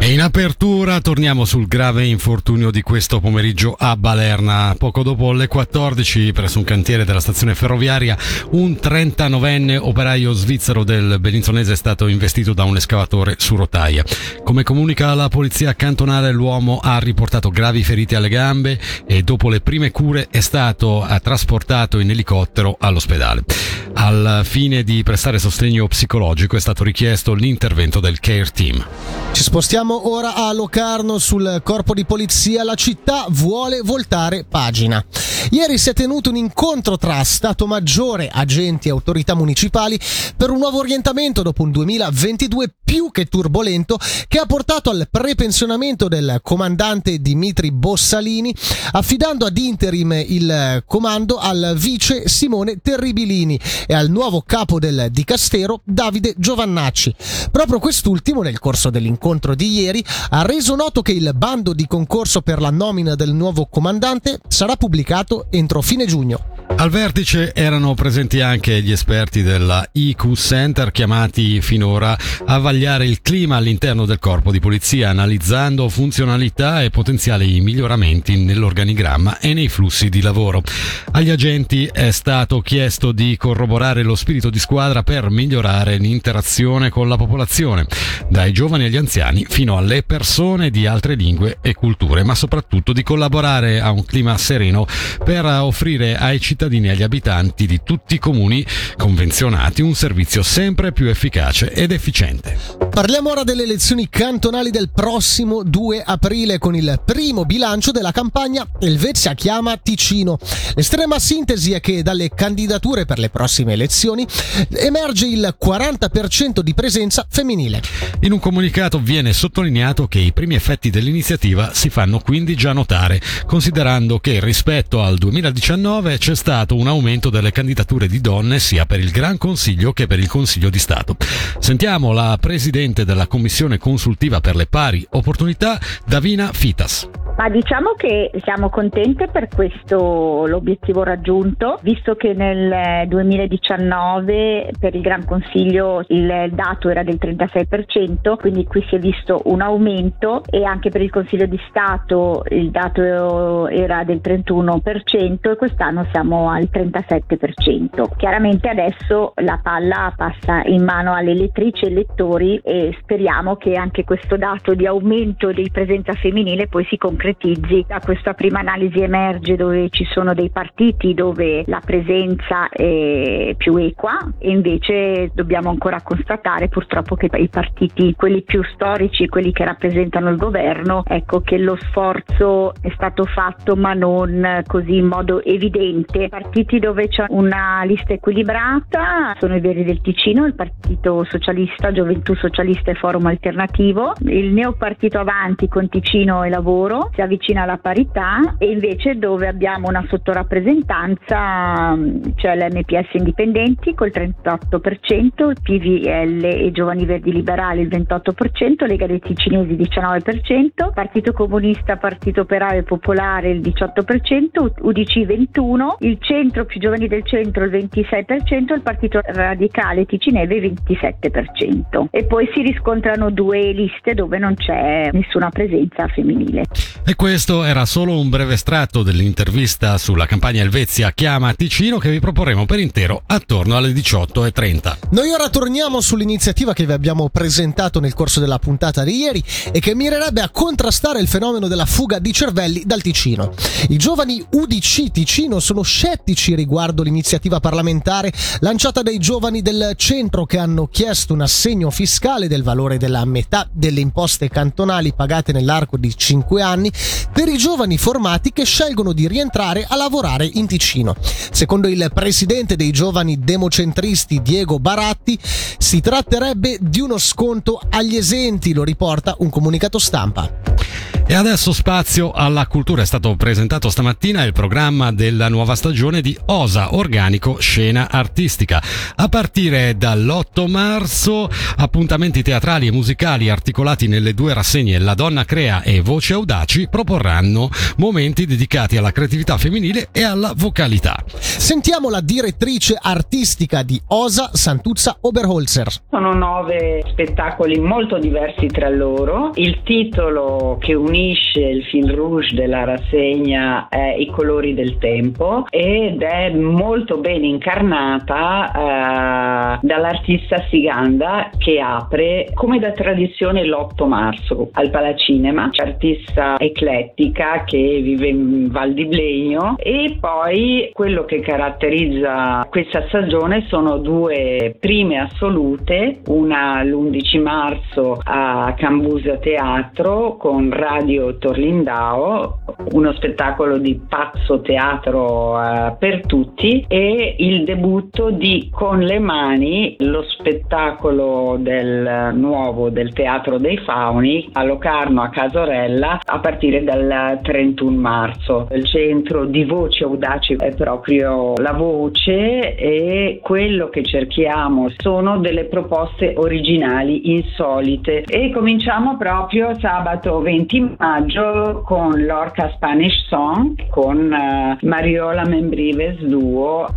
E in apertura torniamo sul grave infortunio di questo pomeriggio a Balerna. Poco dopo le 14, presso un cantiere della stazione ferroviaria, un 39enne operaio svizzero del Bellinzonese è stato investito da un escavatore su rotaia. Come comunica la polizia cantonale, l'uomo ha riportato gravi ferite alle gambe e dopo le prime cure è stato trasportato in elicottero all'ospedale. Al fine di prestare sostegno psicologico è stato richiesto l'intervento del care team. Ci spostiamo ora a Locarno sul corpo di polizia. La città vuole voltare pagina. Ieri si è tenuto un incontro tra Stato Maggiore, agenti e autorità municipali per un nuovo orientamento dopo un 2022 più che turbolento, che ha portato al prepensionamento del comandante Dimitri Bossalini, affidando ad interim il comando al vice Simone Terribilini e al nuovo capo del dicastero Davide Giovannacci. Proprio quest'ultimo, nel corso dell'incontro di ieri, ha reso noto che il bando di concorso per la nomina del nuovo comandante sarà pubblicato entro fine giugno. Al vertice erano presenti anche gli esperti della IQ Center, chiamati finora a vagliare il clima all'interno del corpo di polizia, analizzando funzionalità e potenziali miglioramenti nell'organigramma e nei flussi di lavoro. Agli agenti è stato chiesto di corroborare lo spirito di squadra per migliorare l'interazione con la popolazione, dai giovani agli anziani fino alle persone di altre lingue e culture, ma soprattutto di collaborare a un clima sereno per offrire ai cittadini e agli abitanti di tutti i comuni convenzionati un servizio sempre più efficace ed efficiente. Parliamo ora delle elezioni cantonali del prossimo 2 aprile con il primo bilancio della campagna Helvetia chiama Ticino. L'estrema sintesi è che dalle candidature per le prossime elezioni emerge il 40% di presenza femminile. In un comunicato viene sottolineato che i primi effetti dell'iniziativa si fanno quindi già notare, considerando che rispetto al 2019 c'è stato un aumento delle candidature di donne sia per il Gran Consiglio che per il Consiglio di Stato. Sentiamo la presidente della Commissione Consultiva per le Pari Opportunità, Davina Fitas. Ma diciamo che siamo contente per questo l'obiettivo raggiunto, visto che nel 2019 per il Gran Consiglio il dato era del 36%, quindi qui si è visto un aumento, e anche per il Consiglio di Stato il dato era del 31% e quest'anno siamo al 37%. Chiaramente adesso la palla passa in mano alle elettrici e elettori e speriamo che anche questo dato di aumento di presenza femminile poi si concretizzi. Da questa prima analisi emerge dove ci sono dei partiti dove la presenza è più equa, e invece dobbiamo ancora constatare purtroppo che i partiti, quelli più storici, quelli che rappresentano il governo, ecco che lo sforzo è stato fatto ma non così in modo evidente. Partiti dove c'è una lista equilibrata sono i Verdi del Ticino, il Partito Socialista, Gioventù Socialista e Forum Alternativo, il Neopartito Avanti con Ticino e Lavoro si avvicina alla parità, e invece dove abbiamo una sottorappresentanza c'è l'MPS Indipendenti col 38%, il PVL e Giovani Verdi Liberali il 28%, Lega dei Ticinesi il 19%, Partito Comunista, Partito Operaio e Popolare il 18%, UDC 21%, il Centro più Giovani del Centro il 26%, il Partito Radicale Ticinese il 27%. E poi si riscontrano due liste dove non c'è nessuna presenza femminile. E questo era solo un breve estratto dell'intervista sulla campagna Helvetia chiama Ticino, che vi proporremo per intero attorno alle 18:30. Noi ora torniamo sull'iniziativa che vi abbiamo presentato nel corso della puntata di ieri e che mirerebbe a contrastare il fenomeno della fuga di cervelli dal Ticino. I giovani UDC Ticino sono scettici riguardo l'iniziativa parlamentare lanciata dai giovani del centro, che hanno chiesto un assegno fiscale del valore della metà delle imposte cantonali pagate nell'arco di 5 anni per i giovani formati che scelgono di rientrare a lavorare in Ticino. Secondo il presidente dei giovani democentristi Diego Baratti, si tratterebbe di uno sconto agli esenti, lo riporta un comunicato stampa. E adesso spazio alla cultura. È stato presentato stamattina il programma della nuova stagione di Osa, organico scena artistica. A partire dall'8 marzo, appuntamenti teatrali e musicali articolati nelle due rassegne La Donna Crea e Voci Audaci proporranno momenti dedicati alla creatività femminile e alla vocalità. Sentiamo la direttrice artistica di Osa, Santuzza Oberholzer. Sono 9 spettacoli molto diversi tra loro. Il titolo che unisce il fil rouge della rassegna è I colori del tempo ed è molto ben incarnata dall'artista Siganda, che apre come da tradizione l'8 marzo al Palacinema, artista eclettica che vive in Val di Blegno. E poi quello che caratterizza questa stagione sono 2 prime assolute, una l'11 marzo a Cambusa Teatro con Radio Torlindao, uno spettacolo di pazzo teatro per tutti, e il debutto di Con le mani, lo spettacolo del nuovo del Teatro dei Fauni a Locarno a Casorella a partire dal 31 marzo. Il centro di Voci Audaci è proprio la voce, e quello che cerchiamo sono delle proposte originali, insolite, e cominciamo proprio sabato 20 maggio con l'Orca Spanish Song con Mariola Membrives Duo.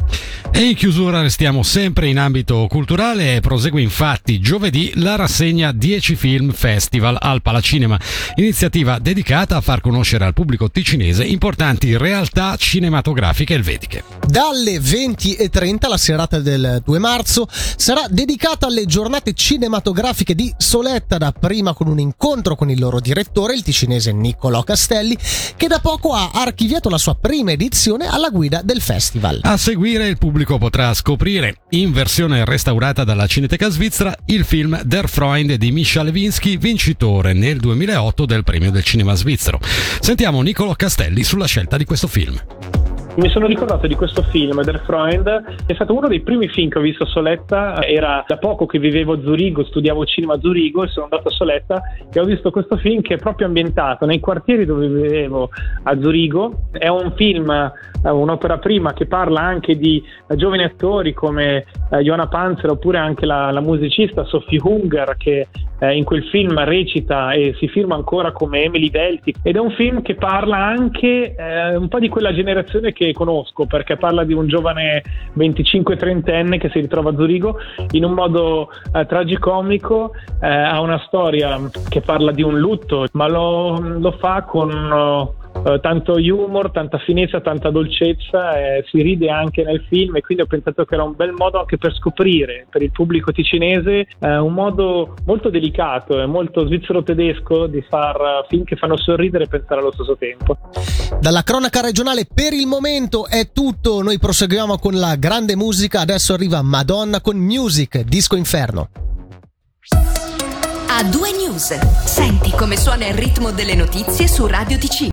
E in chiusura restiamo sempre in ambito culturale e prosegue infatti giovedì la rassegna 10 Film Festival al Palacinema, iniziativa dedicata a far conoscere al pubblico ticinese importanti realtà cinematografiche elvetiche. Dalle 20:30 la serata del 2 marzo sarà dedicata alle giornate cinematografiche di Soletta, dapprima con un incontro con il loro direttore, il ticinese Niccolò Castelli, che da poco ha archiviato la sua prima edizione alla guida del festival. A seguire il pubblico potrà scoprire, in versione restaurata dalla Cineteca Svizzera, il film Der Freund di Mischa Lewinsky, vincitore nel 2008 del premio del cinema svizzero. Sentiamo Niccolò Castelli sulla scelta di questo film. Mi sono ricordato di questo film, Der Freund, è stato uno dei primi film che ho visto a Soletta. Era da poco che vivevo a Zurigo, studiavo cinema a Zurigo e sono andato a Soletta e ho visto questo film che è proprio ambientato nei quartieri dove vivevo a Zurigo. È un film, un'opera prima che parla anche di giovani attori come Johanna Panzer, oppure anche la musicista Sophie Hunger, che in quel film recita e si firma ancora come Emily Velti, ed è un film che parla anche un po' di quella generazione che conosco, perché parla di un giovane 25-30enne che si ritrova a Zurigo in un modo tragicomico. Ha una storia che parla di un lutto, ma lo fa con tanto humor, tanta finezza, tanta dolcezza, si ride anche nel film, e quindi ho pensato che era un bel modo anche per scoprire per il pubblico ticinese un modo molto delicato e molto svizzero-tedesco di far film che fanno sorridere e pensare allo stesso tempo. Dalla cronaca regionale per il momento è tutto, noi proseguiamo con la grande musica. Adesso arriva Madonna con Music, Disco Inferno. A 2 News, senti come suona il ritmo delle notizie su Radio Ticino.